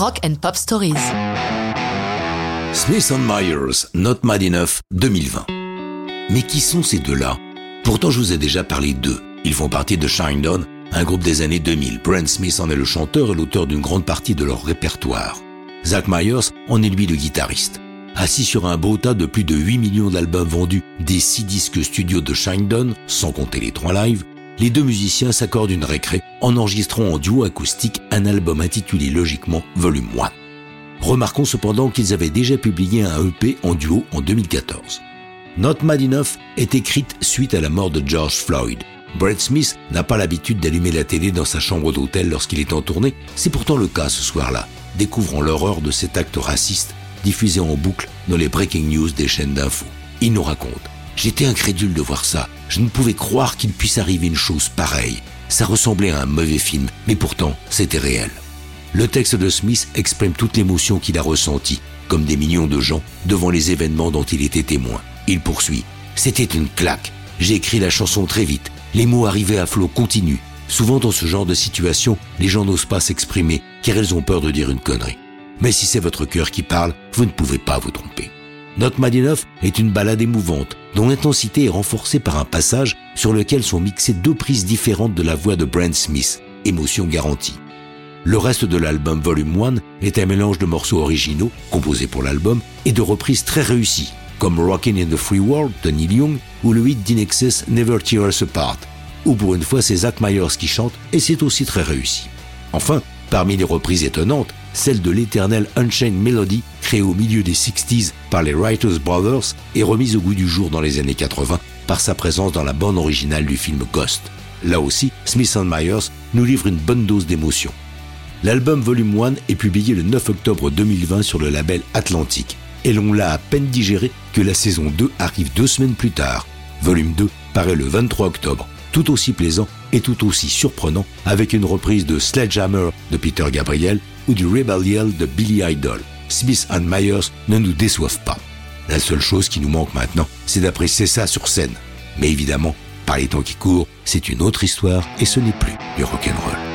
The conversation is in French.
Rock and Pop Stories. Smith & Myers, Not Mad Enough, 2020. Mais qui sont ces deux-là ? Pourtant, je vous ai déjà parlé d'eux. Ils font partie de Shinedown, un groupe des années 2000. Brent Smith en est le chanteur et l'auteur d'une grande partie de leur répertoire. Zach Myers en est lui le guitariste. Assis sur un beau tas de plus de 8 millions d'albums vendus des 6 disques studio de Shinedown, sans compter les 3 lives, les deux musiciens s'accordent une récré en enregistrant en duo acoustique un album intitulé logiquement Volume 1. Remarquons cependant qu'ils avaient déjà publié un EP en duo en 2014. Not Mad Enough est écrite suite à la mort de George Floyd. Brent Smith n'a pas l'habitude d'allumer la télé dans sa chambre d'hôtel lorsqu'il est en tournée, c'est pourtant le cas ce soir-là, découvrant l'horreur de cet acte raciste diffusé en boucle dans les breaking news des chaînes d'infos. Il nous raconte « J'étais incrédule de voir ça, je ne pouvais croire qu'il puisse arriver une chose pareille. Ça ressemblait à un mauvais film, mais pourtant c'était réel. » Le texte de Smith exprime toute l'émotion qu'il a ressentie, comme des millions de gens devant les événements dont il était témoin. Il poursuit « C'était une claque. J'ai écrit la chanson très vite. Les mots arrivaient à flot continu. Souvent dans ce genre de situation, les gens n'osent pas s'exprimer car ils ont peur de dire une connerie. Mais si c'est votre cœur qui parle, vous ne pouvez pas vous tromper. Not Mad Enough est une ballade émouvante dont l'intensité est renforcée par un passage sur lequel sont mixées 2 prises différentes de la voix de Brent Smith, émotion garantie. Le reste de l'album Volume 1 est un mélange de morceaux originaux, composés pour l'album, et de reprises très réussies, comme Rockin' in the Free World de Neil Young ou le hit d'Inexcess Never Tear Us Apart, où pour une fois c'est Zach Myers qui chante et c'est aussi très réussi. Enfin, parmi les reprises étonnantes, celle de l'éternelle Unchained Melody, créée au milieu des 60s par les Writers Brothers et remise au goût du jour dans les années 80 par sa présence dans la bande originale du film Ghost. Là aussi, Smith & Myers nous livre une bonne dose d'émotion. L'album Volume 1 est publié le 9 octobre 2020 sur le label Atlantic et l'on l'a à peine digéré que la saison 2 arrive 2 semaines plus tard. Volume 2 paraît le 23 octobre, tout aussi plaisant et tout aussi surprenant avec une reprise de Sledgehammer de Peter Gabriel ou du Rebel Yell de Billy Idol. Smith & Myers ne nous déçoivent pas. La seule chose qui nous manque maintenant, c'est d'apprécier ça sur scène. Mais évidemment, par les temps qui courent, c'est une autre histoire et ce n'est plus du rock'n'roll.